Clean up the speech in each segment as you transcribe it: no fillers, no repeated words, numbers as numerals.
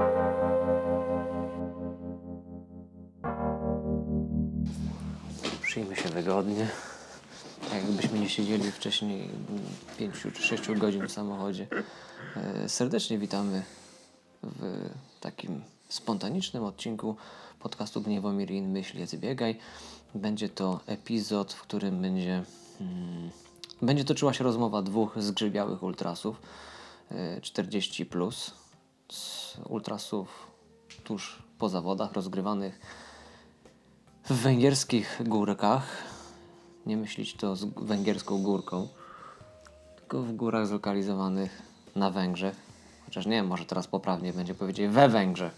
Przyjmij się wygodnie. Jakbyśmy nie siedzieli wcześniej 5 czy 6 godzin w samochodzie. Serdecznie witamy w takim spontanicznym odcinku podcastu Gniewomir in Myśl Jedz Biegaj. Będzie to epizod, w którym będzie toczyła się rozmowa dwóch zgrzybiałych ultrasów 40+, z ultrasów tuż po zawodach rozgrywanych w węgierskich górkach. Nie myślić to z węgierską górką, tylko w górach zlokalizowanych na Węgrzech. Chociaż nie wiem, może teraz poprawnie będzie powiedzieć we Węgrzech.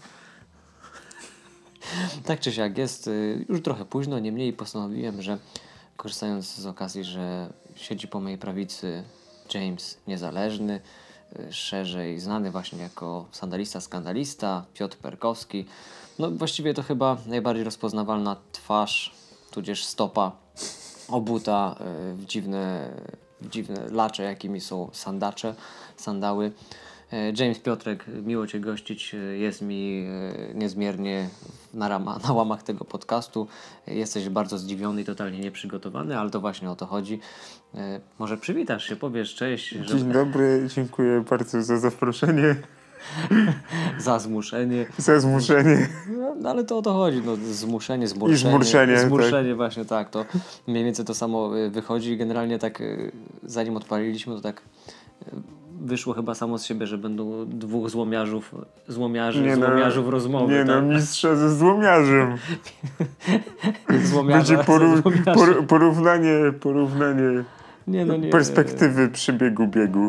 Tak czy siak jest już trochę późno, niemniej postanowiłem, że korzystając z okazji, że siedzi po mojej prawicy James Niezależny, szerzej znany właśnie jako sandalista, skandalista, Piotr Perkowski. No właściwie to chyba najbardziej rozpoznawalna twarz, tudzież stopa obuta w dziwne lacze, jakimi są sandały. James Piotrek, miło Cię gościć. Jest mi niezmiernie na łamach tego podcastu. Jesteś bardzo zdziwiony i totalnie nieprzygotowany, ale to właśnie o to chodzi. Może przywitasz się, powiesz cześć. Dzień dobry, dziękuję bardzo za zaproszenie. Za zmuszenie. Za zmuszenie. No ale to o to chodzi. No, zmuszenie, I zmuszenie. Zmuszenie, właśnie tak. To mniej więcej to samo wychodzi. Generalnie tak zanim odpaliliśmy, to tak wyszło chyba samo z siebie, że będą dwóch złomiarzów rozmowy. Nie tak? Mistrza ze złomiarzem. Będzie porównanie perspektywy przebiegu biegu.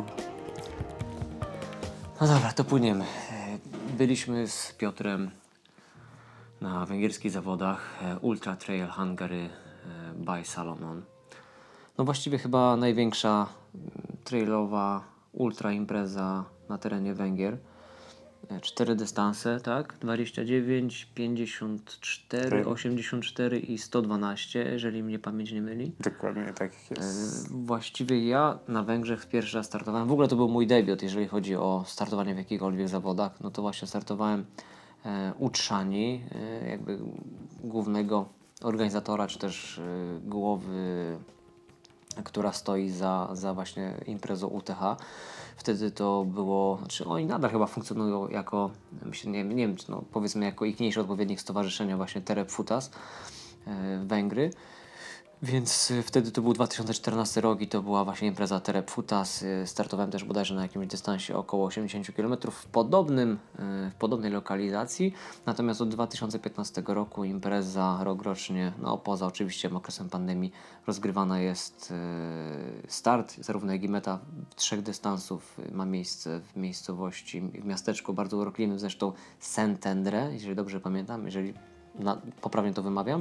No dobra, to płyniemy. Byliśmy z Piotrem na węgierskich zawodach Ultra Trail Hungary by Salomon. No właściwie chyba największa trailowa ultra impreza na terenie Węgier. 4 dystanse, tak? 29, 54, tak. 84 i 112, jeżeli mnie pamięć nie myli. Dokładnie tak jest. Właściwie ja na Węgrzech pierwszy raz startowałem. W ogóle to był mój debiut, jeżeli chodzi o startowanie w jakichkolwiek zawodach. No to właśnie startowałem u Trzani, jakby głównego organizatora, czy też głowy, która stoi za właśnie imprezą UTH. Wtedy to było, znaczy oni nadal chyba funkcjonują jako, nie wiem, no powiedzmy jako ich mniejszy odpowiednik stowarzyszenia właśnie Terep Futas Węgry. Więc wtedy to był 2014 rok i to była właśnie impreza Terep Futas. Startowałem też bodajże na jakimś dystansie około 80 km w podobnej lokalizacji. Natomiast od 2015 roku impreza rokrocznie, no poza oczywiście okresem pandemii, rozgrywana jest start, zarówno jak i meta 3 dystansów ma miejsce w miejscowości, w miasteczku bardzo urokliwym zresztą Szentendre, jeżeli dobrze pamiętam, jeżeli poprawnie to wymawiam.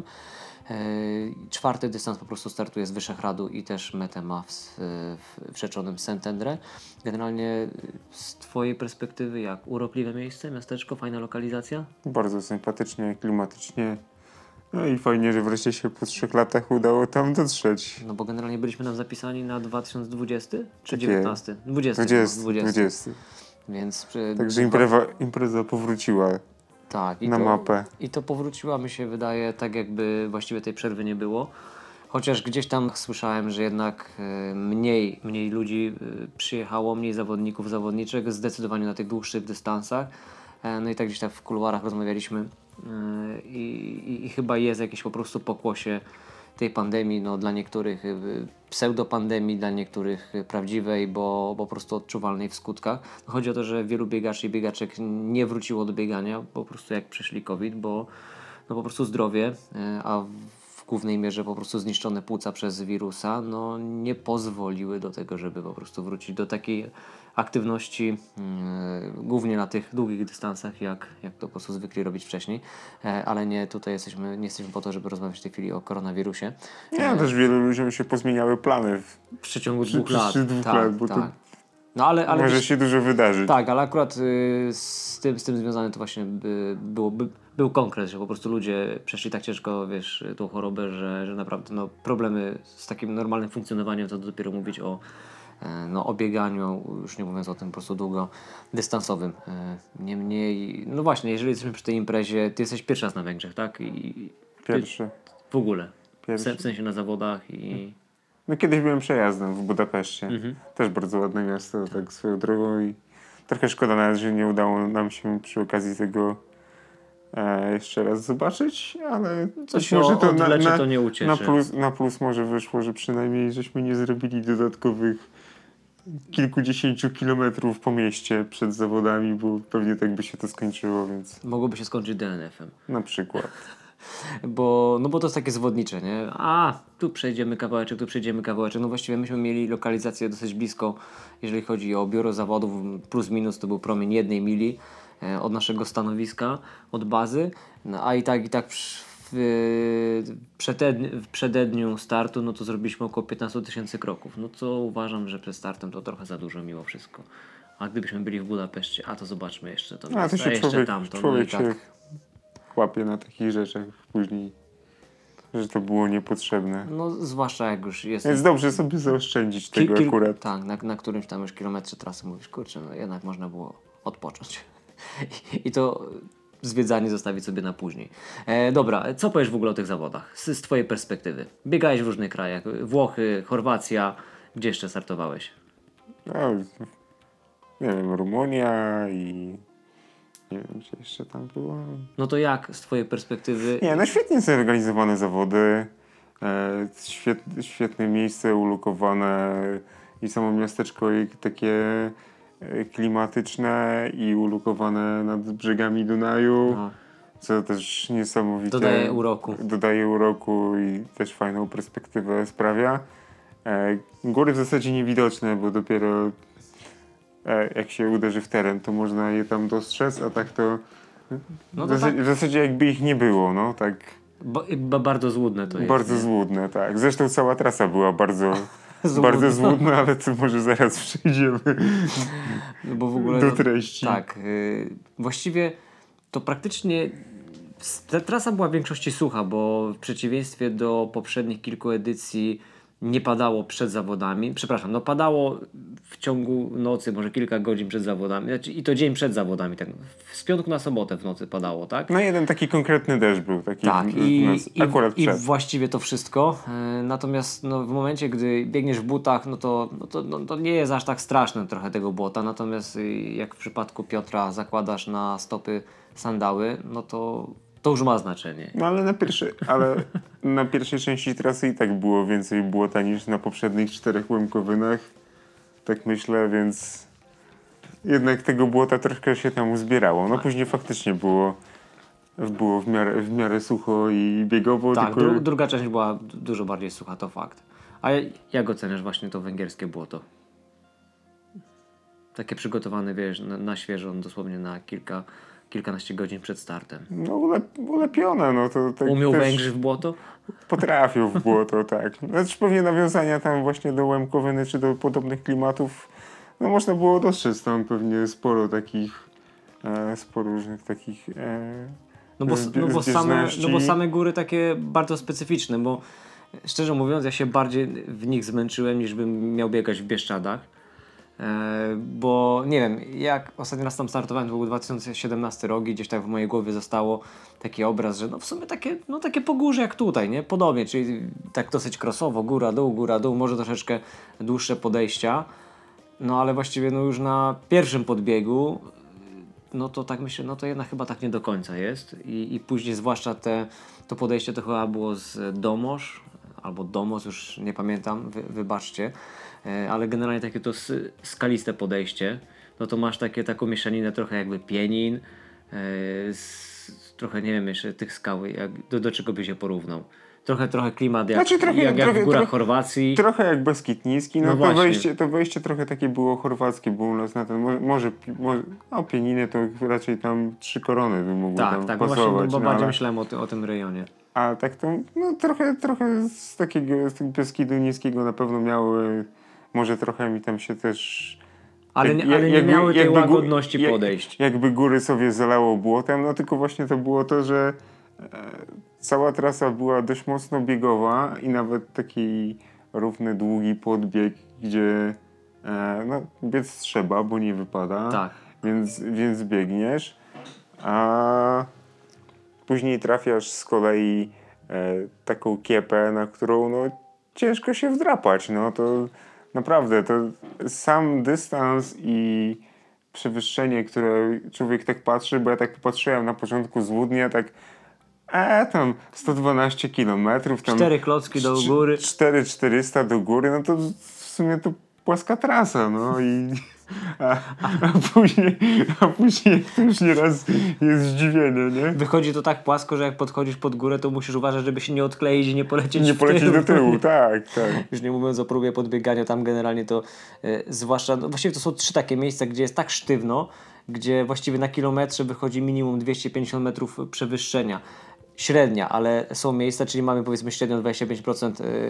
4 dystans po prostu startuje z Wyszehradu i też metę ma w rzeczonym Szentendre. Generalnie z Twojej perspektywy jak urokliwe miejsce, miasteczko, fajna lokalizacja? Bardzo sympatycznie, klimatycznie. No i fajnie, że wreszcie się po 3 latach udało tam dotrzeć. No bo generalnie byliśmy tam zapisani na 2020 czy Takie 19? 20. 20. Więc także impreza powróciła. tak, na mapę. I to powróciła, mi się wydaje, tak jakby właściwie tej przerwy nie było. Chociaż gdzieś tam słyszałem, że jednak mniej ludzi przyjechało, mniej zawodników, zawodniczek, zdecydowanie na tych dłuższych dystansach. No i tak gdzieś tak w kuluarach rozmawialiśmy i chyba jest jakieś po prostu pokłosie tej pandemii, no dla niektórych pseudopandemii, dla niektórych prawdziwej, bo po prostu odczuwalnej w skutkach. Chodzi o to, że wielu biegaczy i biegaczek nie wróciło do biegania, po prostu jak przeszli COVID, bo no po prostu zdrowie, a w głównej mierze po prostu zniszczone płuca przez wirusa, no nie pozwoliły do tego, żeby po prostu wrócić do takiej aktywności, głównie na tych długich dystansach, jak to po prostu zwykli robić wcześniej, ale nie jesteśmy po to, żeby rozmawiać w tej chwili o koronawirusie. Nie, też wielu ludziom się pozmieniały plany w przeciągu 2 lat. Przy 2 lat, bo tak. to no, ale może się dużo wydarzyć. Tak, ale akurat z tym związane to właśnie był konkret, że po prostu ludzie przeszli tak ciężko, tą chorobę, że naprawdę problemy z takim normalnym funkcjonowaniem, to dopiero mówić no o bieganiu, już nie mówiąc o tym po prostu długodystansowym. Niemniej, no właśnie, jeżeli jesteśmy przy tej imprezie, ty jesteś pierwszy raz na Węgrzech, tak? I Pierwszy. w ogóle. Pierwszy. W sensie na zawodach i... No kiedyś byłem przejazdem w Budapeszcie. Mhm. Też bardzo ładne miasto, tak swoją drogą i trochę szkoda nawet, że nie udało nam się przy okazji tego jeszcze raz zobaczyć, ale Coś może to odwlecze, to nie ucieszy. na plus może wyszło, że przynajmniej żeśmy nie zrobili dodatkowych kilkudziesięciu kilometrów po mieście przed zawodami, bo pewnie tak by się to skończyło, więc Mogłoby się skończyć DNF-em. na przykład. Bo to jest takie zwodnicze, nie? Tu przejdziemy kawałeczek, tu przejdziemy kawałeczek. No właściwie myśmy mieli lokalizację dosyć blisko, jeżeli chodzi o biuro zawodów, plus minus to był promień 1 mili od naszego stanowiska, od bazy, no, a i tak w przededniu startu, no to zrobiliśmy około 15 000 kroków. No co uważam, że przed startem to trochę za dużo mimo wszystko. A gdybyśmy byli w Budapeszcie, to zobaczmy jeszcze to. A to się jeszcze tamto. człowiek no i tak. się łapie na takich rzeczach później, że to było niepotrzebne. No zwłaszcza jak już jest... Więc dobrze sobie zaoszczędzić tego akurat. Tak, na którymś tam już kilometrze trasy mówisz, kurczę, no jednak można było odpocząć. I to zwiedzanie zostawić sobie na później. Dobra, co powiesz w ogóle o tych zawodach? Z twojej perspektywy. Biegałeś w różnych krajach. Włochy, Chorwacja. Gdzie jeszcze startowałeś? No, nie wiem, Rumunia i nie wiem, czy jeszcze tam było. No to jak z twojej perspektywy... Nie, no świetnie zorganizowane zawody. Świetne miejsce ulokowane i samo miasteczko takie klimatyczne i ulokowane nad brzegami Dunaju, No. co też niesamowite Dodaje uroku i też fajną perspektywę sprawia. Góry w zasadzie niewidoczne, bo dopiero jak się uderzy w teren, to można je tam dostrzec, a tak to, No to w zasadzie jakby ich nie było, no tak. Bardzo złudne to jest. Bardzo złudne, tak. Zresztą cała trasa była bardzo bardzo złudna, ale to może zaraz przejdziemy no bo w ogóle, do treści. Tak. Właściwie to praktycznie ta trasa była w większości sucha, bo w przeciwieństwie do poprzednich kilku edycji nie padało przed zawodami. Przepraszam, no padało w ciągu nocy, może kilka godzin przed zawodami. Znaczy, i to dzień przed zawodami. Tak. Z piątku na sobotę w nocy padało, tak? No jeden taki konkretny deszcz był. Taki Tak, akurat i przed. właściwie to wszystko. Natomiast no, w momencie, gdy biegniesz w butach, to nie jest aż tak straszne trochę tego błota. Natomiast jak w przypadku Piotra zakładasz na stopy sandały, no to już ma znaczenie. No ale na pierwszej części trasy i tak było więcej błota niż na poprzednich 4 łemkowinach. Tak myślę, więc jednak tego błota troszkę się tam uzbierało. No później faktycznie było w miarę sucho i biegowo. Tak, tylko... druga część była dużo bardziej sucha, to fakt. A jak oceniasz właśnie to węgierskie błoto? Takie przygotowane, wiesz, na świeżo, dosłownie na kilkanaście godzin przed startem. No ulepione, no to tak. Umiał Węgrzy w błoto? Potrafił w błoto, tak. Znaczy pewnie nawiązania tam właśnie do Łemkowiny czy do podobnych klimatów, no można było dostrzec tam pewnie sporo różnych takich no bo same góry takie bardzo specyficzne, bo szczerze mówiąc ja się bardziej w nich zmęczyłem niż bym miał biegać w Bieszczadach. Bo nie wiem, jak ostatni raz tam startowałem, to był 2017 rok i gdzieś tak w mojej głowie zostało taki obraz, że no w sumie takie pogórze jak tutaj, nie? Podobnie, czyli tak dosyć crossowo, góra, dół, może troszeczkę dłuższe podejścia, no ale właściwie no już na pierwszym podbiegu, no to tak myślę, no to jednak chyba tak nie do końca jest i później zwłaszcza to podejście to chyba było z Domosz, albo Domos, już nie pamiętam, wybaczcie, ale generalnie takie to skaliste podejście, no to masz taką mieszaninę trochę jakby pienin, trochę nie wiem jeszcze tych skał, do czego by się porównał. Trochę klimat jak w górach Chorwacji. Trochę jak Beskid Niski, No to wejście trochę takie było chorwackie, było u nas na ten, może Pieniny to raczej tam 3 korony by mogły tam tak, pasować. właśnie, bo bardziej myślałem o tym rejonie. A tak to, no trochę z takiego Beskidu Niskiego na pewno miały, może trochę mi tam się też... Ale nie miały tej łagodności podejść. Jakby góry sobie zalało błotem, no tylko właśnie to było to, że cała trasa była dość mocno biegowa i nawet taki równy, długi podbieg, gdzie no biec trzeba, bo nie wypada, Tak. więc biegniesz, a później trafiasz z kolei taką kiepę, na którą no, ciężko się wdrapać. No to naprawdę, to sam dystans i przewyższenie, które człowiek tak patrzy, bo ja tak patrzyłem na początku złudnie, tak tam 112 kilometrów, tam 4 klocki do góry. 400 do góry, no to w sumie to płaska trasa, no i a później to już nieraz jest zdziwienie, nie? Wychodzi to tak płasko, że jak podchodzisz pod górę, to musisz uważać, żeby się nie odkleić i nie polecieć Nie polecieć do tyłu, tak. Już nie mówiąc o próbie podbiegania, tam generalnie to zwłaszcza, no właściwie to są 3 takie miejsca, gdzie jest tak sztywno, gdzie właściwie na kilometrze wychodzi minimum 250 metrów przewyższenia. Średnia, ale są miejsca, czyli mamy powiedzmy średnio 25%,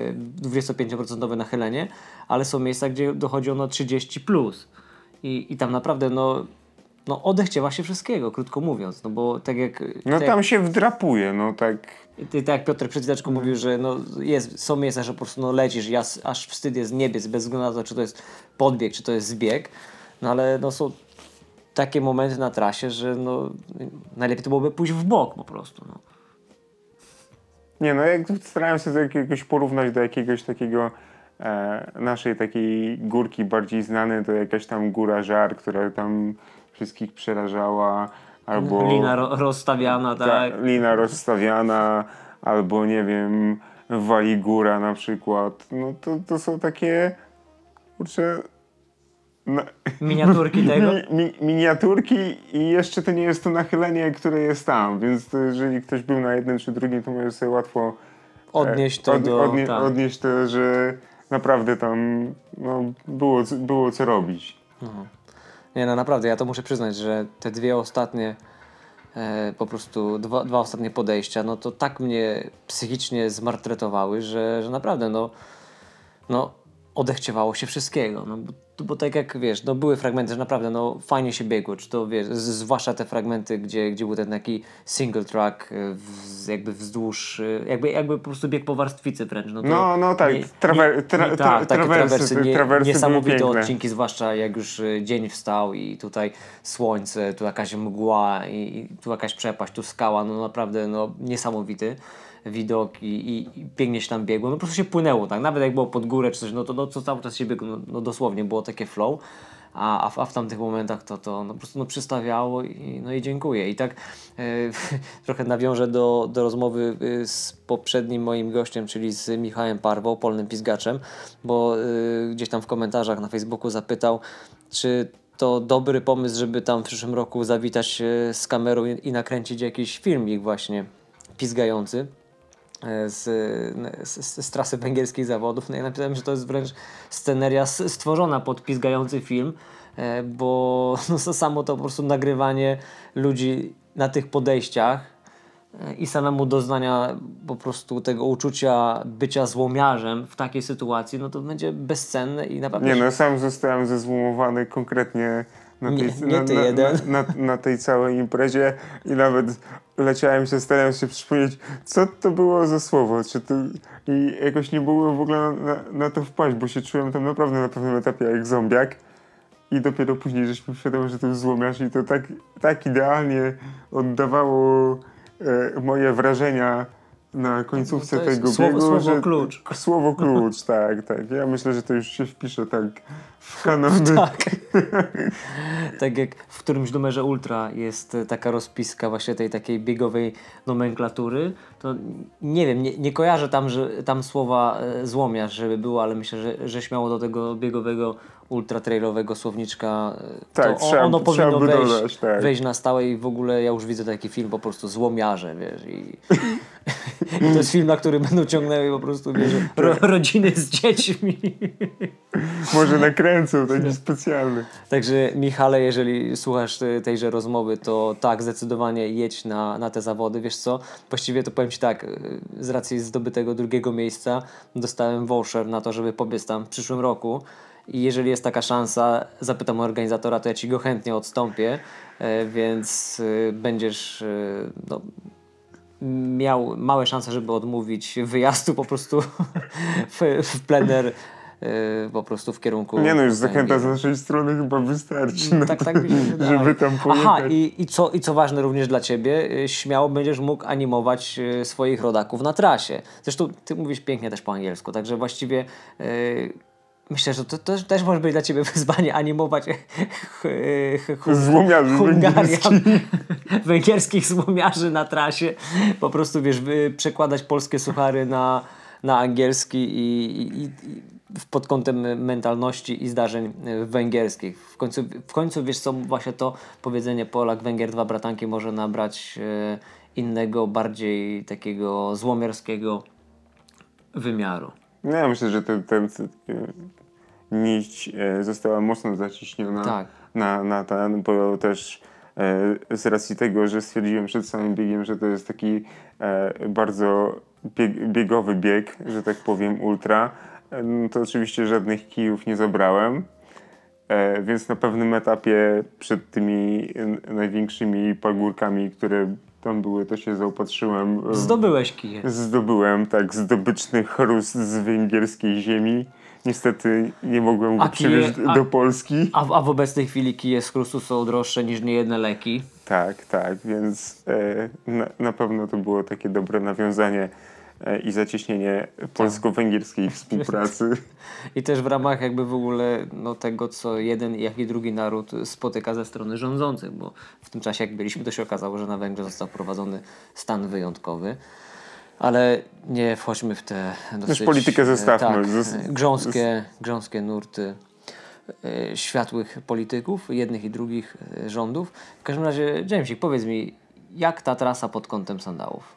25% nachylenie, ale są miejsca, gdzie dochodzi ono 30+. Plus. I tam naprawdę no oddech cię właśnie wszystkiego, krótko mówiąc, no bo tak jak... No tak tam się wdrapuje, no tak. tak jak Piotr przed chwileczką mówił, że no są miejsca, że po prostu no lecisz i aż wstyd jest niebiec, bez względu na to, czy to jest podbieg, czy to jest zbieg, no ale no są takie momenty na trasie, że no najlepiej to byłoby pójść w bok po prostu, no. Nie, no jak starałem się do jakiegoś porównać do jakiegoś takiego naszej takiej górki bardziej znanej, to jakaś tam góra Żar, która tam wszystkich przerażała, albo Lina rozstawiana, tak. lina rozstawiana, albo nie wiem, Wali Góra na przykład. No to są takie, kurczę, Miniaturki tego. miniaturki i jeszcze to nie jest to nachylenie, które jest tam, więc to jeżeli ktoś był na jednym czy drugim, to może sobie łatwo Odnieść to tak. odnieść to, że naprawdę tam no, było co robić. Nie, no naprawdę, ja to muszę przyznać, że te dwie ostatnie po prostu dwa ostatnie podejścia, no to tak mnie psychicznie zmartretowały, że naprawdę no odechciewało się wszystkiego, no bo tak jak wiesz, no były fragmenty, że naprawdę no fajnie się biegło, czy to wiesz, zwłaszcza te fragmenty, gdzie był ten taki single track jakby wzdłuż, jakby po prostu bieg po warstwicy wręcz. No, to no tak, takie trawersy, niesamowite piękne. odcinki, zwłaszcza jak już dzień wstał i tutaj słońce, tu jakaś mgła i tu jakaś przepaść, tu skała, no naprawdę no niesamowity widok i pięknie się tam biegło, no po prostu się płynęło, tak, nawet jak było pod górę czy coś, no to cały czas się biegło, no dosłownie było takie flow, a w tamtych momentach to no po prostu przystawiało i dziękuję. I tak trochę nawiążę do rozmowy z poprzednim moim gościem, czyli z Michałem Parwą, polnym pizgaczem, bo gdzieś tam w komentarzach na Facebooku zapytał, czy to dobry pomysł, żeby tam w przyszłym roku zawitać z kamerą i nakręcić jakiś filmik właśnie pizgający z trasy węgierskich zawodów. No ja napisałem, że to jest wręcz sceneria stworzona pod pizgający film, bo no, samo to po prostu nagrywanie ludzi na tych podejściach i samemu doznania po prostu tego uczucia bycia złomiarzem w takiej sytuacji, no to będzie bezcenne i naprawdę... Nie no, sam zostałem zezłomowany konkretnie na tej całej imprezie i nawet leciałem się, starałem się przypomnieć, co to było za słowo, i jakoś nie było w ogóle na to wpaść, bo się czułem tam naprawdę na pewnym etapie jak zombiak i dopiero później żeśmy świadomi, że to jest złomiarz i to tak idealnie oddawało moje wrażenia na końcówce tego biegu, słowo klucz. Słowo klucz, tak. Ja myślę, że to już się wpisze tak w kanony. Tak. Tak jak w którymś numerze Ultra jest taka rozpiska właśnie tej takiej biegowej nomenklatury, to nie wiem, nie kojarzę tam słowa złomiarz, żeby było, ale myślę, że śmiało do tego biegowego ultratrailowego słowniczka tak, to ono powinno wejść na stałe i w ogóle ja już widzę taki film po prostu złomiarze, wiesz, i to jest film, na który będą ciągnęły po prostu, wiesz, rodziny z dziećmi. Może nakręcą, taki specjalny. Także Michale, jeżeli słuchasz tejże rozmowy, to tak, zdecydowanie jedź na te zawody, wiesz co, właściwie to powiem Ci tak, z racji zdobytego drugiego miejsca dostałem voucher na to, żeby pobiec tam w przyszłym roku. I jeżeli jest taka szansa, zapytam organizatora, to ja Ci go chętnie odstąpię, więc będziesz miał małe szanse, żeby odmówić wyjazdu po prostu w plener po prostu w kierunku Nie no, już zachęta z Węgier. naszej strony chyba wystarczy. No Tak mi się wydaje. żeby tam pojechać. Aha, i co ważne również dla ciebie, śmiało będziesz mógł animować swoich rodaków na trasie. Zresztą ty mówisz pięknie też po angielsku, także właściwie myślę, że to też może być dla ciebie wyzwanie animować Złomiarzy węgierskich złomiarzy na trasie. Po prostu wiesz, przekładać polskie suchary na angielski i pod kątem mentalności i zdarzeń węgierskich. W końcu wiesz co, właśnie to powiedzenie Polak, Węgier, dwa bratanki może nabrać innego, bardziej takiego złomiarskiego wymiaru. No ja myślę, że ten nić została mocno zaciśniona Tak. na ten, bo też z racji tego, że stwierdziłem przed samym biegiem, że to jest taki bardzo biegowy bieg, że tak powiem ultra, to oczywiście żadnych kijów nie zabrałem, więc na pewnym etapie przed tymi największymi pagórkami, które tam były, to się zaopatrzyłem. Zdobyłeś kije. Zdobyłem, tak, zdobyczny chrust z węgierskiej ziemi. Niestety nie mogłem go przywieźć do Polski. A w obecnej chwili kije z chrustu są droższe niż niejedne leki. Tak, więc na pewno to było takie dobre nawiązanie i zacieśnienie polsko-węgierskiej współpracy. I też w ramach jakby w ogóle tego, co jeden jak i drugi naród spotyka ze strony rządzących, bo w tym czasie jak byliśmy, to się okazało, że na Węgrzech został wprowadzony stan wyjątkowy. Ale nie wchodźmy w te dosyć... politykę zostawmy. Grząskie nurty światłych polityków, jednych i drugich rządów. W każdym razie, Jamesik, powiedz mi, jak ta trasa pod kątem sandałów?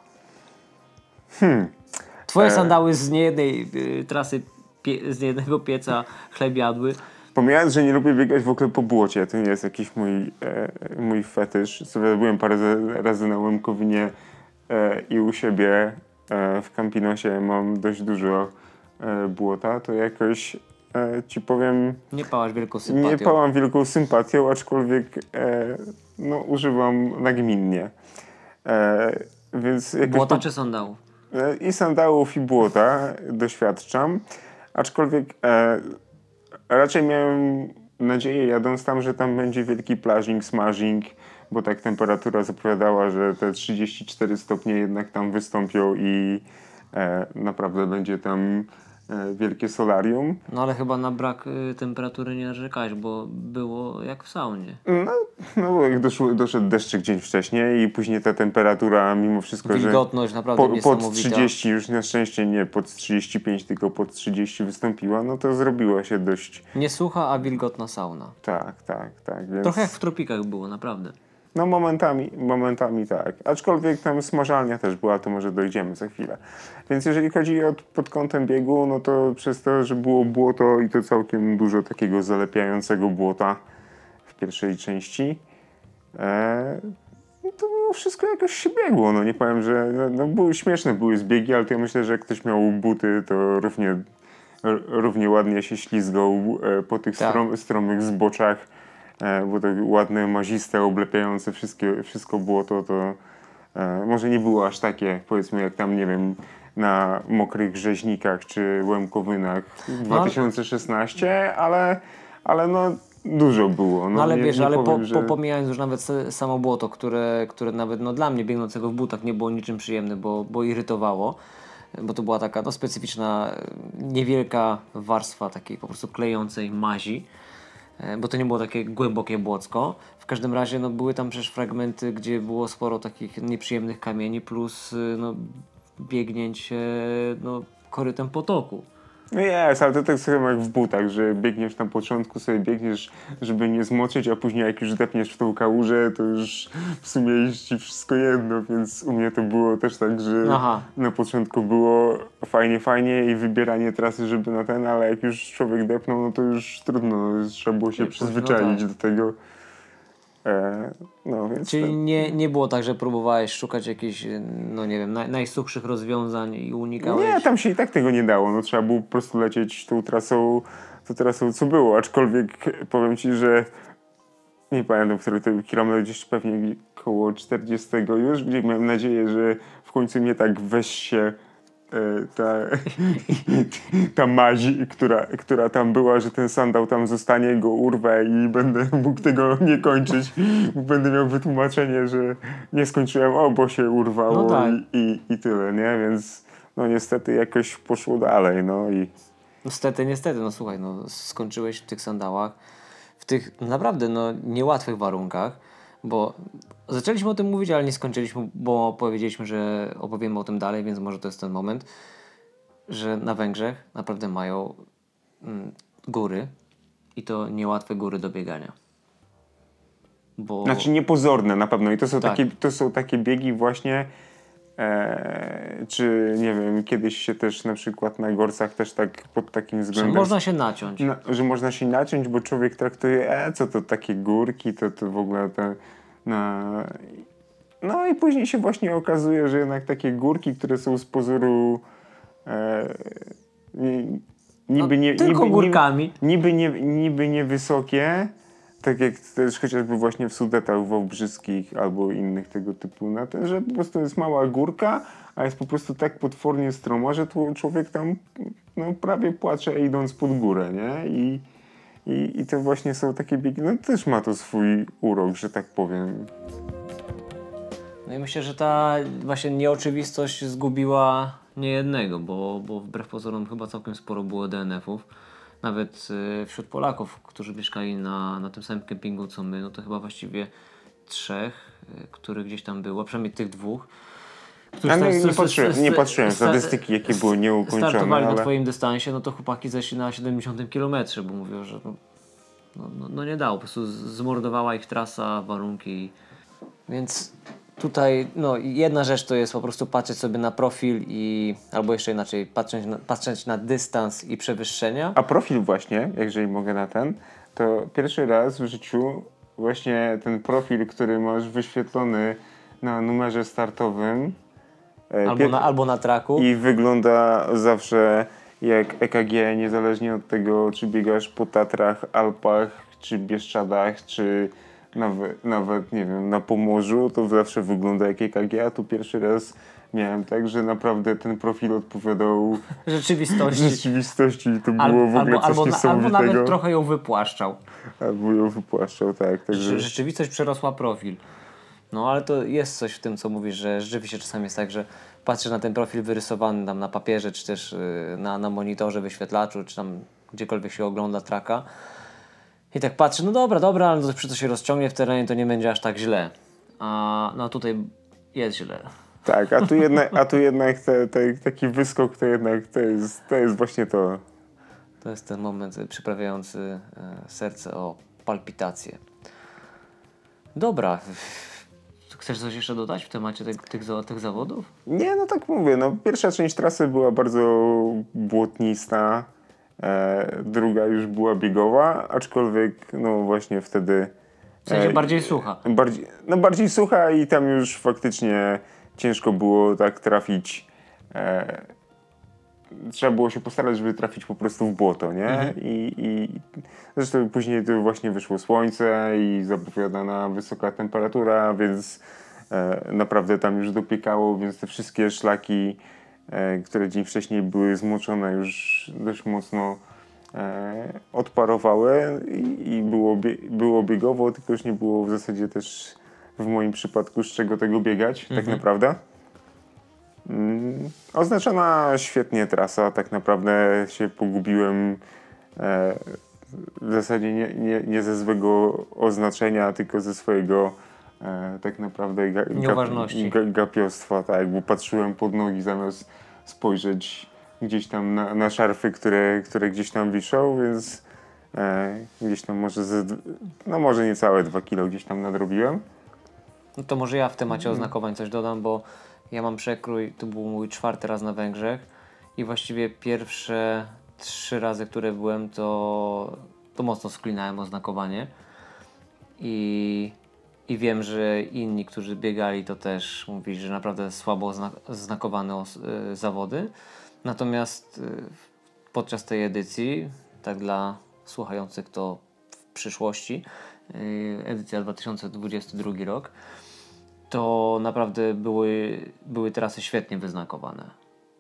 Twoje sandały z niejednej trasy, z niejednego pieca chleb jadły. Pomijając, że nie lubię biegać w ogóle po błocie, to nie jest jakiś mój fetysz. Sobie byłem parę razy na Łemkowinie i u siebie w Campinosie mam dość dużo błota, to jakoś ci powiem... Nie pałaś wielką sympatią. Nie pałam wielką sympatią, aczkolwiek używam nagminnie. Więc jakoś Błota czy sandałów? I sandałów, i błota doświadczam, aczkolwiek raczej miałem nadzieję, jadąc tam, że tam będzie wielki plażing, smashing, bo tak temperatura zapowiadała, że te 34 stopnie jednak tam wystąpią i naprawdę będzie tam wielkie solarium. No ale chyba na brak temperatury nie narzekałeś, bo było jak w saunie. No jak doszedł deszczyk dzień wcześniej i później ta temperatura mimo wszystko, wilgotność że naprawdę niesamowita. pod 30 już na szczęście nie pod 35, tylko pod 30 wystąpiła, no to zrobiło się dość... Nie sucha, a wilgotna sauna. Tak, więc... Trochę jak w tropikach było, naprawdę. No momentami tak. Aczkolwiek tam smażalnia też była, to może dojdziemy za chwilę. Więc jeżeli chodzi pod kątem biegu, no to przez to, że było błoto i to całkiem dużo takiego zalepiającego błota w pierwszej części, to mimo wszystko jakoś się biegło. No nie powiem, że były śmieszne zbiegi, ale to ja myślę, że jak ktoś miał buty, to równie ładnie się ślizgał po tych stromych zboczach. Bo to ładne, maziste, oblepiające wszystko błoto, to może nie było aż takie, powiedzmy, jak tam, nie wiem, na mokrych Rzeźnikach czy Łemkowynach 2016, ale no dużo było. No ale wiesz, ale pomijając już nawet samo błoto, które nawet dla mnie biegnącego w butach nie było niczym przyjemne, bo irytowało, bo to była taka specyficzna, niewielka warstwa takiej po prostu klejącej mazi. Bo to nie było takie głębokie błocko. W każdym razie były tam przecież fragmenty, gdzie było sporo takich nieprzyjemnych kamieni plus biegnięcie korytem potoku. No jest, ale to tak samo jak w butach, że biegniesz na początku, sobie biegniesz, żeby nie zmoczyć, a później jak już depniesz w tą kałużę, to już w sumie jest ci wszystko jedno, więc u mnie to było też tak, że na początku było fajnie i wybieranie trasy, żeby na ten, ale jak już człowiek depnął, no to już trudno, trzeba było się przyzwyczaić do tego. Więc czyli nie było tak, że próbowałeś szukać jakichś, nie wiem, najsuchszych rozwiązań i unikałeś? Nie, tam się i tak tego nie dało. No, trzeba było po prostu lecieć tą trasą, co było. Aczkolwiek powiem ci, że nie pamiętam, który to kilometr, gdzieś pewnie koło 40 już, gdzie miałem nadzieję, że w końcu mnie tak weź się ta, ta maź, która tam była, że ten sandał tam zostanie, go urwę i będę mógł tego nie kończyć. Będę miał wytłumaczenie, że nie skończyłem, bo się urwało No tak. i tyle, nie? Więc no niestety jakoś poszło dalej, no i Niestety, no słuchaj, no skończyłeś w tych sandałach, w tych naprawdę no niełatwych warunkach, bo zaczęliśmy o tym mówić, ale nie skończyliśmy, bo powiedzieliśmy, że opowiemy o tym dalej, więc może to jest ten moment, że na Węgrzech naprawdę mają góry i to niełatwe góry do biegania. Bo znaczy niepozorne na pewno i Tak. to są takie biegi właśnie czy nie wiem, kiedyś się też na przykład na Gorcach też tak pod takim że względem można się naciąć. że można się naciąć, bo człowiek traktuje, co to takie górki, to w ogóle te no i później się właśnie okazuje, że jednak takie górki, które są z pozoru Tylko górkami. niby niewysokie, tak jak też chociażby właśnie w Sudetach wałbrzyskich albo innych tego typu, że po prostu jest mała górka, a jest po prostu tak potwornie stroma, że człowiek tam no, prawie płacze idąc pod górę, nie? I to właśnie są takie biegi, no też ma to swój urok, że tak powiem. No i myślę, że ta właśnie nieoczywistość zgubiła niejednego, bo wbrew pozorom chyba całkiem sporo było DNF-ów. Nawet wśród Polaków, którzy mieszkali na tym samym kempingu co my, no to chyba właściwie 3, których gdzieś tam było, przynajmniej tych 2. Nie patrzyłem statystyki, jakie były nieukończone. Startowali na twoim dystansie, no to chłopaki zeszli na 70 km, bo mówią, że no nie dało, po prostu zmordowała ich trasa, warunki. Więc tutaj no jedna rzecz to jest po prostu patrzeć sobie na profil albo jeszcze inaczej patrzeć na dystans i przewyższenia. A profil właśnie, jeżeli mogę to pierwszy raz w życiu właśnie ten profil, który masz wyświetlony na numerze startowym Albo na traku. I wygląda zawsze jak EKG, niezależnie od tego, czy biegasz po Tatrach, Alpach, czy Bieszczadach, czy nawet nie wiem, na Pomorzu, to zawsze wygląda jak EKG, a tu pierwszy raz miałem tak, że naprawdę ten profil odpowiadał rzeczywistości i to było w ogóle coś niesamowitego. Albo nawet trochę ją wypłaszczał. Albo ją wypłaszczał, tak. Także... Rzeczywistość przerosła profil. No ale to jest coś w tym, co mówisz, że rzeczywiście czasami jest tak, że patrzysz na ten profil wyrysowany tam na papierze, czy też na monitorze, wyświetlaczu, czy tam gdziekolwiek się ogląda traka i tak patrzysz, no dobra, ale to przy co się rozciągnie w terenie, to nie będzie aż tak źle. No tutaj jest źle. Tak, a tu jednak taki wyskok to jest właśnie to. To jest ten moment przyprawiający serce o palpitację. Dobra. Chcesz coś jeszcze dodać w temacie tych zawodów? Nie, no tak mówię. No, pierwsza część trasy była bardzo błotnista, druga już była biegowa, aczkolwiek no właśnie wtedy... W sensie bardziej sucha. Bardziej sucha i tam już faktycznie ciężko było tak trafić. Trzeba było się postarać, żeby trafić po prostu w błoto, nie? I zresztą później to właśnie wyszło słońce i zapowiadana wysoka temperatura, więc naprawdę tam już dopiekało, więc te wszystkie szlaki, które dzień wcześniej były zmoczone, już dość mocno odparowały i było biegowo, tylko już nie było w zasadzie też w moim przypadku z czego tego biegać, tak naprawdę. Oznaczona świetnie trasa, tak naprawdę się pogubiłem w zasadzie nie ze złego oznaczenia, tylko ze swojego tak naprawdę gapiostwa, tak, bo patrzyłem pod nogi zamiast spojrzeć gdzieś tam na szarfy, które gdzieś tam wiszą, więc gdzieś tam może niecałe 2 kilo gdzieś tam nadrobiłem. No to może ja w temacie oznakowań coś dodam, bo ja mam przekrój, to był mój 4. raz na Węgrzech i właściwie pierwsze 3 razy, które byłem, to mocno sklinałem oznakowanie i wiem, że inni, którzy biegali, to też mówili, że naprawdę słabo oznakowane zawody. Natomiast podczas tej edycji, tak dla słuchających to w przyszłości, edycja 2022 rok, to naprawdę były trasy świetnie wyznakowane.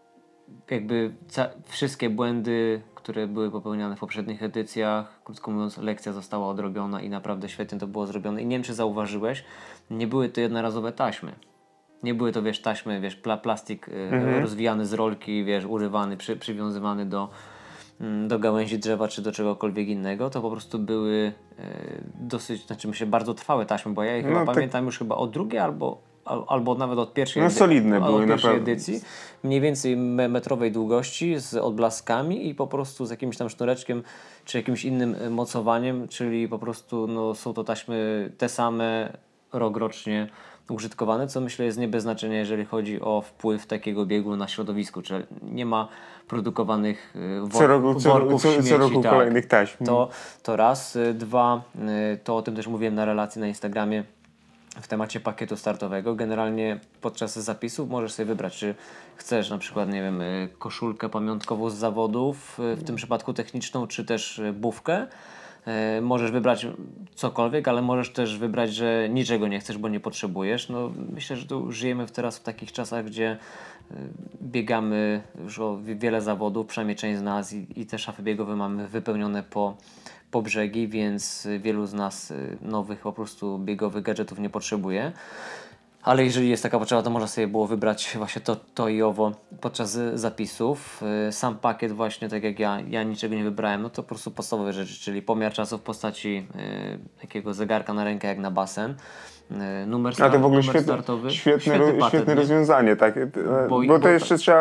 jakby wszystkie błędy, które były popełniane w poprzednich edycjach, krótko mówiąc, lekcja została odrobiona i naprawdę świetnie to było zrobione. I nie wiem, czy zauważyłeś, nie były to jednorazowe taśmy. Nie były to, taśmy, plastik rozwijany z rolki, urywany, przywiązywany do gałęzi drzewa czy do czegokolwiek innego. To po prostu były dosyć, myślę, bardzo trwałe taśmy, bo ja je chyba pamiętam już chyba od drugiej albo nawet od pierwszej, solidne były, od pierwszej edycji. Mniej więcej metrowej długości z odblaskami i po prostu z jakimś tam sznureczkiem czy jakimś innym mocowaniem, czyli po prostu są to taśmy te same rokrocznie użytkowane, co myślę jest nie bez znaczenia, jeżeli chodzi o wpływ takiego biegu na środowisku, czyli nie ma produkowanych worków śmieci. Co roku kolejnych taśm. To raz. Dwa, to o tym też mówiłem na relacji na Instagramie w temacie pakietu startowego. Generalnie podczas zapisów możesz sobie wybrać, czy chcesz na przykład, nie wiem, koszulkę pamiątkową z zawodów, w tym przypadku techniczną, czy też bufkę. Możesz wybrać cokolwiek, ale możesz też wybrać, że niczego nie chcesz, bo nie potrzebujesz. Myślę, że tu żyjemy teraz w takich czasach, gdzie biegamy już o wiele zawodów, przynajmniej część z nas i te szafy biegowe mamy wypełnione po brzegi, więc wielu z nas nowych po prostu biegowych gadżetów nie potrzebuje. Ale jeżeli jest taka potrzeba, to można sobie było wybrać właśnie to i owo podczas zapisów. Sam pakiet właśnie, tak jak ja niczego nie wybrałem, to po prostu podstawowe rzeczy, czyli pomiar czasu w postaci takiego zegarka na rękę jak na basen. Numer startowy. Świetne rozwiązanie. Tak? Bo to jeszcze trzeba...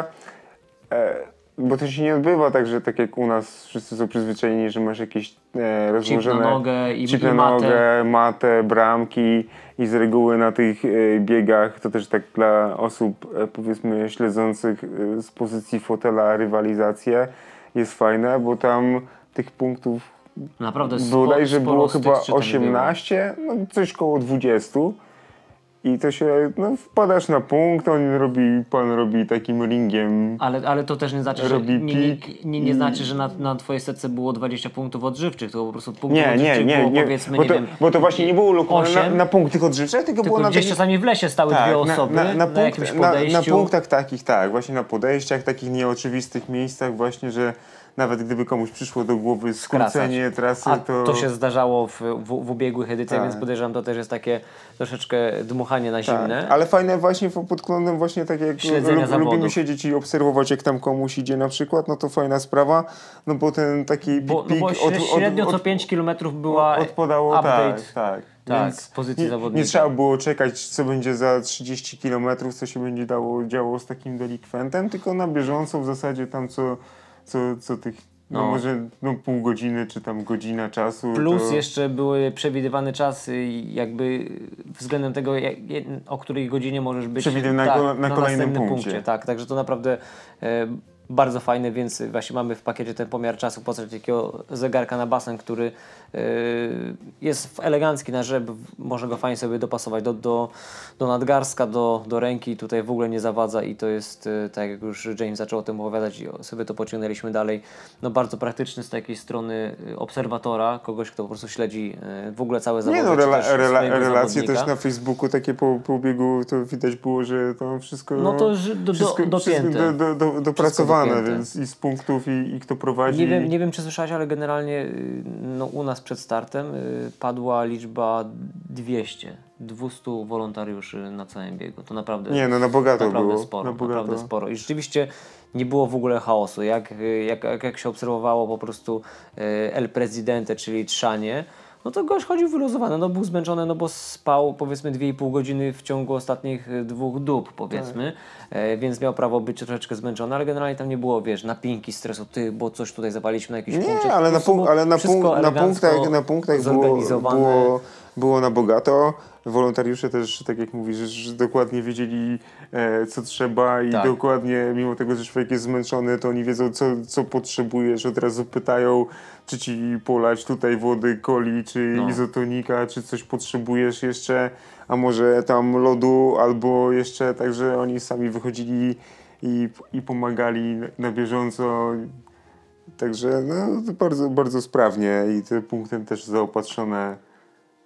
Bo to się nie odbywa tak, że tak jak u nas wszyscy są przyzwyczajeni, że masz jakieś rozłożone chip na nogę, matę, bramki i z reguły na tych biegach, to też tak dla osób powiedzmy śledzących z pozycji fotela rywalizację jest fajne, bo tam tych punktów naprawdę bodajże było chyba 18, coś koło 20. I to się, wpadasz na punkt, pan robi takim ringiem. Ale to też nie znaczy, że nie znaczy, że na twojej setce było 20 punktów odżywczych, to po prostu punktów odżywczych było powiedzmy, bo to właśnie nie było lokowane na punktach odżywczych, tylko było na gdzieś czasami w lesie stały dwie osoby na jakimś podejściu. Na punktach takich, tak, właśnie na podejściach, takich nieoczywistych miejscach właśnie, że nawet gdyby komuś przyszło do głowy skrócenie trasy, to się zdarzało w ubiegłych edycjach, więc podejrzewam, to też jest takie troszeczkę dmuchanie na zimne. Tak, ale fajne właśnie pod kątem właśnie tak jak lubimy siedzieć i obserwować, jak tam komuś idzie na przykład, to fajna sprawa, bo ten taki pik średnio co 5 km była odpadało, update. Tak, pozycji zawodnika. Nie trzeba było czekać, co będzie za 30 km, co się będzie działo z takim delikwentem, tylko na bieżąco w zasadzie tam co tych, może pół godziny, czy tam godzina czasu. Plus jeszcze były przewidywane czasy jakby względem tego, o której godzinie możesz być na kolejnym punkcie. Tak, także to naprawdę bardzo fajne, więc właśnie mamy w pakiecie ten pomiar czasu w postaci takiego zegarka na basen, który jest elegancki na rzep, można go fajnie sobie dopasować do nadgarstka, do ręki, tutaj w ogóle nie zawadza i to jest, tak jak już James zaczął o tym opowiadać i sobie to pociągnęliśmy dalej, bardzo praktyczny z takiej strony obserwatora, kogoś, kto po prostu śledzi w ogóle całe zawody. Relacje też na Facebooku takie po biegu, to widać było, że to wszystko dopracowane. Więc i z punktów i kto prowadzi. Nie wiem, czy słyszałeś, ale generalnie u nas przed startem padła liczba 200 wolontariuszy na całym biegu. To naprawdę na bogato naprawdę było. Sporo, naprawdę sporo. I rzeczywiście nie było w ogóle chaosu. Jak się obserwowało po prostu El Presidente, czyli trzanie, to gość chodził wyluzowany, był zmęczony, bo spał powiedzmy 2,5 godziny w ciągu ostatnich 2 dób powiedzmy, więc miał prawo być troszeczkę zmęczony, ale generalnie tam nie było, napinki, stresu, bo coś tutaj zapaliśmy na jakiś punkcie. Ale na punktach było na bogato. Wolontariusze też, tak jak mówisz, że dokładnie wiedzieli, co trzeba i dokładnie, mimo tego, że człowiek jest zmęczony, to oni wiedzą, co potrzebujesz. Od razu pytają, czy ci polać tutaj wody, coli, czy izotonika, czy coś potrzebujesz jeszcze, a może tam lodu, albo jeszcze, także oni sami wychodzili i pomagali na bieżąco. Także bardzo, bardzo sprawnie i te punkty też zaopatrzone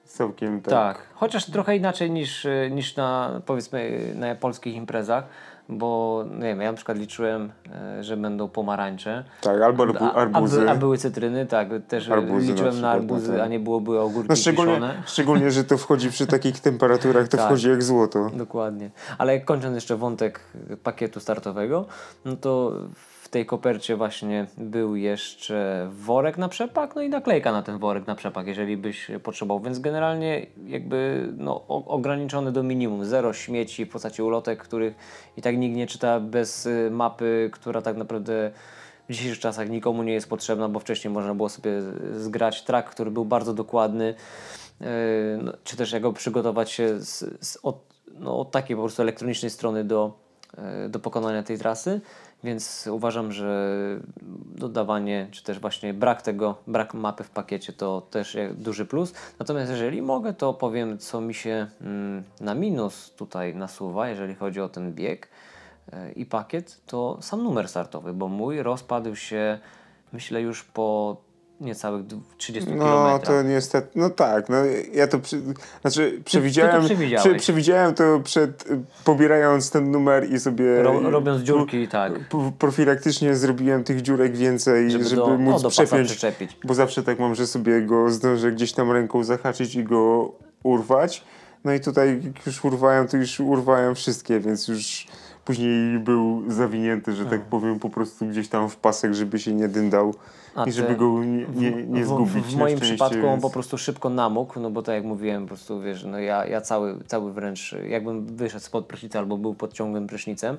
całkiem tak. Tak, chociaż trochę inaczej niż na, powiedzmy, na polskich imprezach, bo nie wiem, ja na przykład liczyłem, że będą pomarańcze, Tak, albo arbuzy. a były cytryny, tak, też Arbuzy liczyłem na na przykład, arbuzy, no tak. a nie były ogórki No kiszone. szczególnie, że to wchodzi przy takich temperaturach, to Tak. wchodzi jak złoto. Dokładnie. Ale kończąc jeszcze wątek pakietu startowego, no to w tej kopercie właśnie był jeszcze worek na przepak, no i naklejka na ten worek na przepak, jeżeli byś potrzebował. Więc generalnie jakby no, ograniczony do minimum. Zero śmieci w postaci ulotek, których i tak nikt nie czyta bez mapy, która tak naprawdę w dzisiejszych czasach nikomu nie jest potrzebna, bo wcześniej można było sobie zgrać track, który był bardzo dokładny, no, czy też jak go przygotować się od takiej po prostu elektronicznej strony do pokonania tej trasy, więc uważam, że dodawanie, czy też właśnie brak mapy w pakiecie to też duży plus. Natomiast jeżeli mogę, to powiem, co mi się na minus tutaj nasuwa, jeżeli chodzi o ten bieg i pakiet, to sam numer startowy, bo mój rozpadł się, myślę, już po niecałych 30 No kilometrach. to niestety, no tak, no ja to przewidziałeś. przewidziałem to pobierając ten numer i sobie Robiąc dziurki, tak. Profilaktycznie zrobiłem tych dziurek więcej, żeby do móc pasa przepiąć, przyczepić. bo zawsze tak mam, że sobie go zdążę gdzieś tam ręką zahaczyć i go urwać. No i tutaj jak już urwałem, to już urwałem wszystkie, więc już później był zawinięty, że tak powiem, po prostu gdzieś tam w pasek, żeby się nie dyndał i żeby go nie zgubić. W moim przypadku on więc... po prostu szybko namógł, no bo tak jak mówiłem, po prostu wiesz, no ja cały wręcz, jakbym wyszedł spod prysznica albo był pod ciągłym prysznicem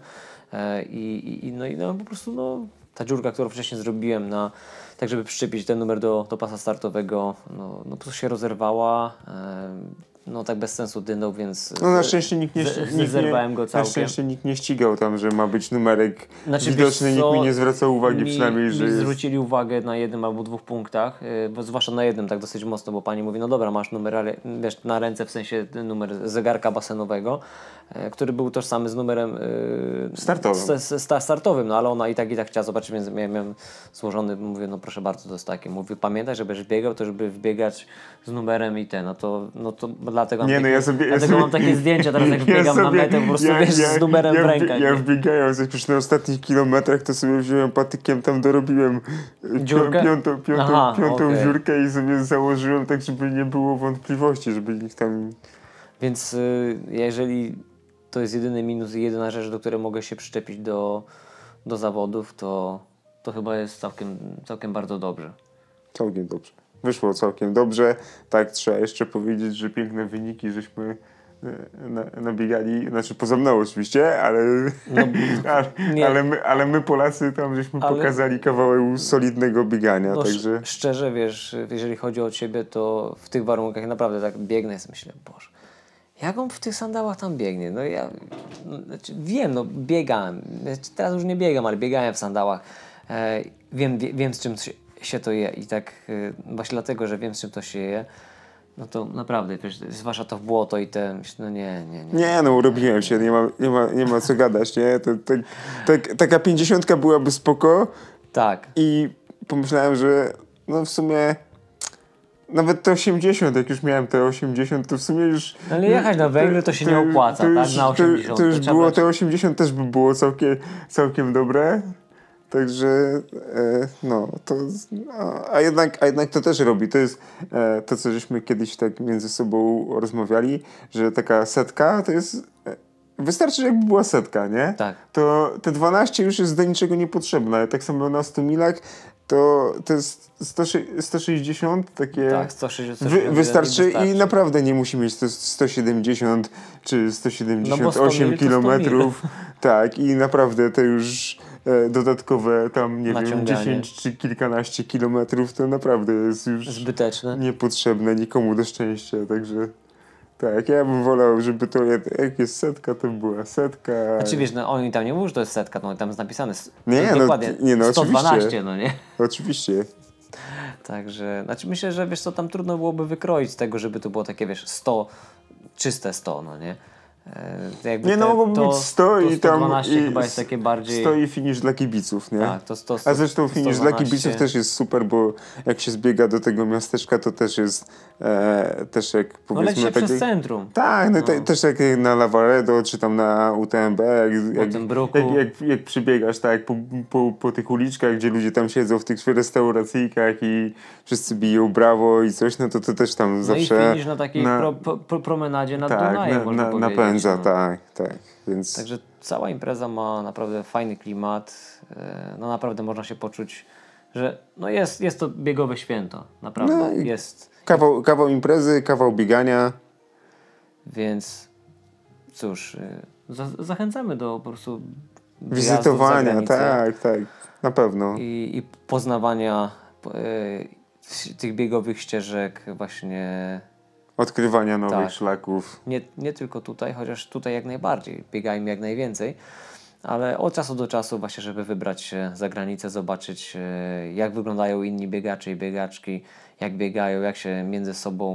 no po prostu no, ta dziurka, którą wcześniej zrobiłem tak żeby przyczepić ten numer do pasa startowego, no po prostu się rozerwała. No tak bez sensu dyndał, więc no na szczęście zerwałem go całkiem. Na szczęście nikt nie ścigał tam, że ma być numerek Znaczy, widoczny, nikt mi nie zwracał uwagi przynajmniej, że mi jest... zwrócili uwagę na jednym albo dwóch punktach, bo zwłaszcza na jednym tak dosyć mocno, bo pani mówi, no dobra, masz numer, ale wiesz, na ręce w sensie numer zegarka basenowego, który był tożsamy z numerem startowym. Startowym, no ale ona i tak chciała zobaczyć, więc miałem złożony, mówię, no proszę bardzo, to jest takie. Mówi, pamiętaj, żebyś biegał, to żeby wbiegać z numerem i no to dlatego mam takie zdjęcia teraz, jak wbiegam na metę, po prostu wiesz, z numerem w rękach. Ja wbiegając, jak już na ostatnich kilometrach, to sobie wziąłem patykiem, tam dorobiłem piątą dziurkę i sobie założyłem tak, żeby nie było wątpliwości, żeby nikt tam... Więc jeżeli to jest jedyny minus i jedyna rzecz, do której mogę się przyczepić do zawodów, to chyba jest całkiem bardzo dobrze. Całkiem dobrze. Wyszło całkiem dobrze. Tak, trzeba jeszcze powiedzieć, że piękne wyniki żeśmy nabiegali, znaczy poza mną oczywiście, ale my Polacy tam żeśmy pokazali kawał solidnego biegania. No, także... Szczerze, wiesz, jeżeli chodzi o ciebie, to w tych warunkach naprawdę tak biegnę, myślę, Boże, jak on w tych sandałach tam biegnie? No ja wiem, no biegałem. Teraz już nie biegam, ale biegałem w sandałach. Wiem z czym się to je i tak właśnie dlatego, że wiem z czym to się je, no to naprawdę, wiesz, zwłaszcza to w błoto i no nie. Nie, no urobiłem się, nie ma co gadać, nie? Taka 50 byłaby spoko. Tak. I pomyślałem, że no w sumie nawet te 80, jak już miałem te 80, to w sumie już... Ale jechać na Węgry to się nie opłaca, tak? Na 80. To już było, te 80 też by było całkiem dobre. Także no, to... A jednak to też robi. To jest to, co żeśmy kiedyś tak między sobą rozmawiali, że taka setka to jest... Wystarczy, jakby była setka, nie? Tak. To te 12 już jest do niczego niepotrzebne. Tak samo na 100 milach to jest 160 takie... Tak, 160 wystarczy i naprawdę nie musi mieć 170 czy 178 kilometrów. Tak, i naprawdę te już dodatkowe tam, nie wiem, 10 czy kilkanaście kilometrów to naprawdę jest już zbyteczne, niepotrzebne nikomu do szczęścia, także... Tak, ja bym wolał, żeby to jak jest setka, to była setka. Znaczy wiesz, no oni tam nie mówią, że to jest setka, no tam jest napisane dokładnie 112, oczywiście. no nie? Oczywiście. Także, znaczy myślę, że wiesz co, tam trudno byłoby wykroić z tego, żeby to było takie, wiesz, 100, czyste 100, no nie? Jakby Nie, no mogłoby być 100 i tam 112 chyba jest takie bardziej... 100 i finish dla kibiców, nie? Tak, A zresztą finish dla 112. kibiców też jest super, bo jak się zbiega do tego miasteczka, to też jest też jak No powiedzmy... leci się przez centrum. Tak, też jak na Lavaredo, czy tam na UTMB, tym bruku. jak przybiegasz tak po tych uliczkach, gdzie ludzie tam siedzą w tych restauracyjkach i wszyscy biją brawo i coś, no to też tam No zawsze... i finish na takiej promenadzie nad Dunajem, można powiedzieć. Napędza, no. tak, więc... Także cała impreza ma naprawdę fajny klimat. No naprawdę można się poczuć, że no jest to biegowe święto. Naprawdę No i jest. Kawał imprezy, kawał biegania. Więc cóż, zachęcamy do po prostu Wizytowania, tak, na pewno. I poznawania tych biegowych ścieżek właśnie. Odkrywania nowych szlaków. Nie tylko tutaj, chociaż tutaj jak najbardziej. Biegajmy jak najwięcej. Ale od czasu do czasu właśnie, żeby wybrać się za granicę, zobaczyć jak wyglądają inni biegacze i biegaczki, jak biegają, jak się między sobą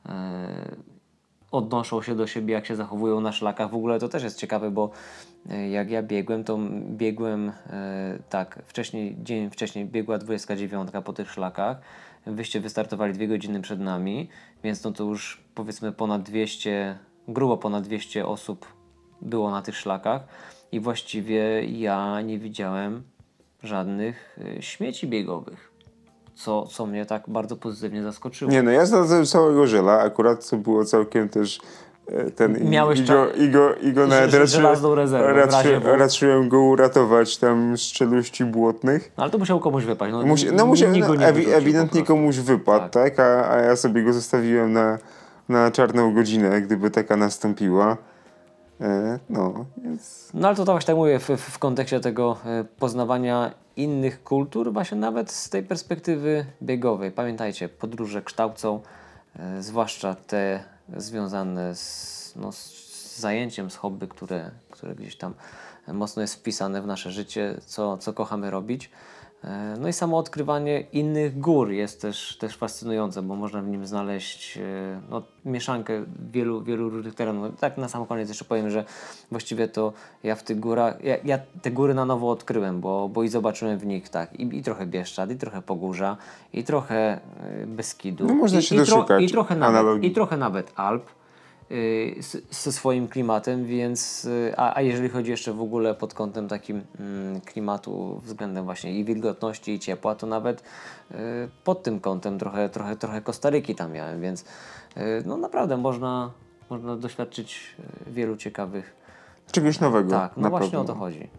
odnoszą się do siebie, jak się zachowują na szlakach. W ogóle to też jest ciekawe, bo jak ja biegłem, to biegłem dzień wcześniej biegła 29 po tych szlakach. Wyście wystartowali 2 godziny przed nami, więc no to już powiedzmy grubo ponad 200 osób było na tych szlakach i właściwie ja nie widziałem żadnych śmieci biegowych, co mnie tak bardzo pozytywnie zaskoczyło. Nie, no ja znalazłem całego żela, akurat co było całkiem też Miałeś Igo nawet żelazną rezerwę. raczyłem go uratować tam z czeluści błotnych. No, ale to musiał komuś wypaść. Ewidentnie komuś wypadł, tak? A ja sobie go zostawiłem na czarną godzinę, gdyby taka nastąpiła. No ale to właśnie tak mówię, w kontekście tego poznawania innych kultur, właśnie nawet z tej perspektywy biegowej. Pamiętajcie, podróże kształcą, zwłaszcza te związane z zajęciem, z hobby, które gdzieś tam mocno jest wpisane w nasze życie, co kochamy robić. No i samo odkrywanie innych gór jest też fascynujące, bo można w nim znaleźć mieszankę wielu różnych terenów. Tak na sam koniec jeszcze powiem, że właściwie to ja w tych górach, ja te góry na nowo odkryłem, bo i zobaczyłem w nich i trochę Bieszczad, i trochę Pogórza, i trochę Beskidu. No można się doszukać i trochę nawet Alp. Ze swoim klimatem, więc a jeżeli chodzi jeszcze w ogóle pod kątem takim klimatu względem właśnie i wilgotności i ciepła, to nawet pod tym kątem trochę Kostaryki tam miałem, więc no naprawdę można doświadczyć wielu ciekawych czegoś nowego. Tak, no właśnie pewno. o to chodzi.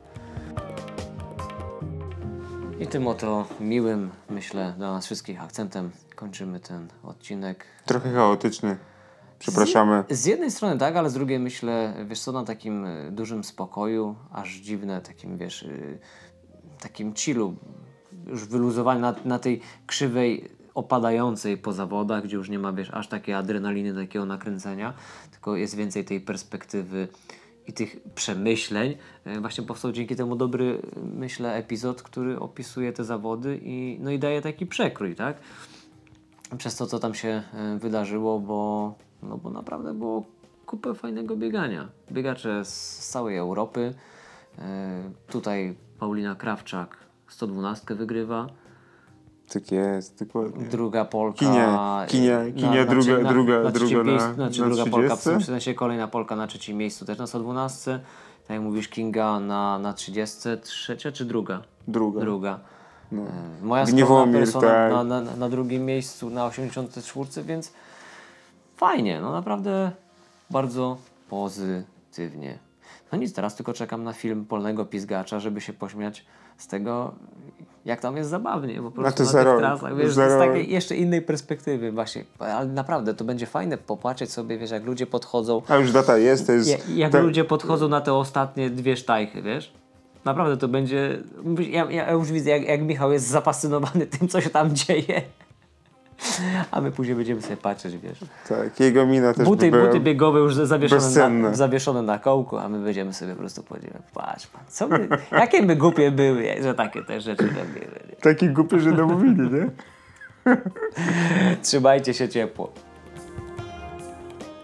I tym oto miłym, myślę, dla nas wszystkich akcentem kończymy ten odcinek. Trochę chaotyczny. Przepraszamy. Z jednej strony tak, ale z drugiej myślę, wiesz co, na takim dużym spokoju, aż dziwne, takim wiesz, takim chillu, już wyluzowani na tej krzywej opadającej po zawodach, gdzie już nie ma, wiesz, aż takiej adrenaliny, takiego nakręcenia, tylko jest więcej tej perspektywy i tych przemyśleń. Właśnie powstał dzięki temu dobry, myślę, epizod, który opisuje te zawody i daje taki przekrój, tak? Przez to, co tam się wydarzyło, bo naprawdę było kupę fajnego biegania. Biegacze z całej Europy. Tutaj Paulina Krawczak 112 wygrywa. Tak jest, dokładnie. Druga Polka. Kinia druga Polka, w sensie kolejna Polka na 3. miejscu też na 112. Tak jak mówisz, Kinga na 30. Trzecia czy druga? Druga. No. Moja skromna persona na 2. miejscu na 84, więc fajnie, no naprawdę bardzo pozytywnie. No nic, teraz tylko czekam na film Polnego Pizgacza, żeby się pośmiać z tego, jak tam jest zabawnie, po prostu na tych trasach, wiesz, z takiej jeszcze innej perspektywy właśnie, ale naprawdę to będzie fajne popatrzeć sobie, wiesz, jak ludzie podchodzą. A już data jest, to jest... Jak ludzie podchodzą na te ostatnie 2 sztajchy, wiesz? Naprawdę to będzie... Ja już widzę, jak Michał jest zafascynowany tym, co się tam dzieje. A my później będziemy sobie patrzeć, wiesz. Tak, jego mina też buty biegowe już zawieszone na kołku, a my będziemy sobie po prostu podziwiać. Patrz pan, jakie my głupie były, że takie te rzeczy robimy. Takie głupie, że namówili, nie? Trzymajcie się ciepło.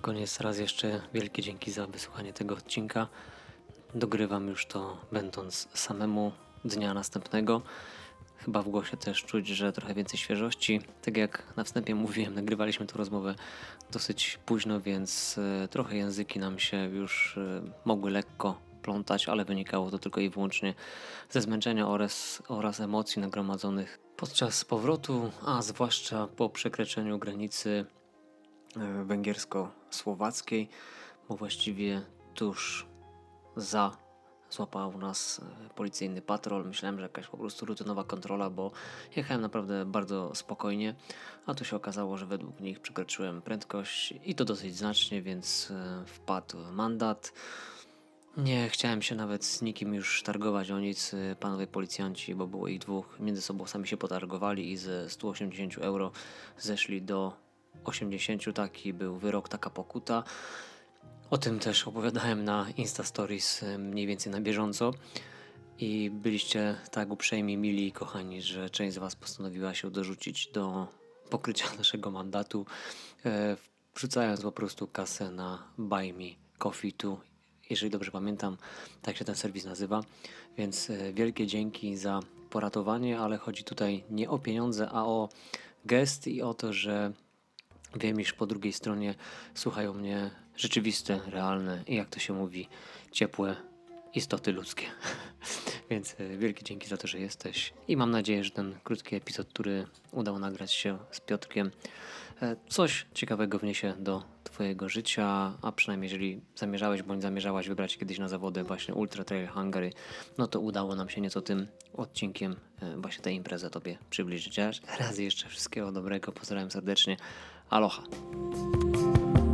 koniec raz jeszcze wielkie dzięki za wysłuchanie tego odcinka. Dogrywam już to będąc samemu dnia następnego. Chyba w głosie też czuć, że trochę więcej świeżości. Tak jak na wstępie mówiłem, nagrywaliśmy tę rozmowę dosyć późno, więc trochę języki nam się już mogły lekko plątać, ale wynikało to tylko i wyłącznie ze zmęczenia oraz emocji nagromadzonych podczas powrotu, a zwłaszcza po przekroczeniu granicy węgiersko-słowackiej, bo właściwie tuż za złapał nas policyjny patrol. Myślałem, że jakaś po prostu rutynowa kontrola, bo jechałem naprawdę bardzo spokojnie, a tu się okazało, że według nich przekroczyłem prędkość i to dosyć znacznie, więc wpadł mandat. Nie chciałem się nawet z nikim już targować o nic. Panowie policjanci, bo było ich dwóch, między sobą sami się potargowali i ze 180 euro zeszli do 80. Taki był wyrok, taka pokuta. O tym też opowiadałem na Insta Stories mniej więcej na bieżąco i byliście tak uprzejmi, mili i kochani, że część z Was postanowiła się dorzucić do pokrycia naszego mandatu, wrzucając po prostu kasę na Buy Me Coffee Tu, jeżeli dobrze pamiętam, tak się ten serwis nazywa, więc wielkie dzięki za poratowanie, ale chodzi tutaj nie o pieniądze, a o gest i o to, że wiem, iż po drugiej stronie słuchają mnie rzeczywiste, realne i jak to się mówi, ciepłe istoty ludzkie. Więc wielkie dzięki za to, że jesteś i mam nadzieję, że ten krótki epizod, który udało nagrać się z Piotrkiem, coś ciekawego wniesie do Twojego życia, a przynajmniej jeżeli zamierzałeś bądź zamierzałaś wybrać kiedyś na zawody właśnie Ultra Trail Hungary, no to udało nam się nieco tym odcinkiem właśnie tę imprezę Tobie przybliżyć. Raz jeszcze wszystkiego dobrego, pozdrawiam serdecznie, aloha!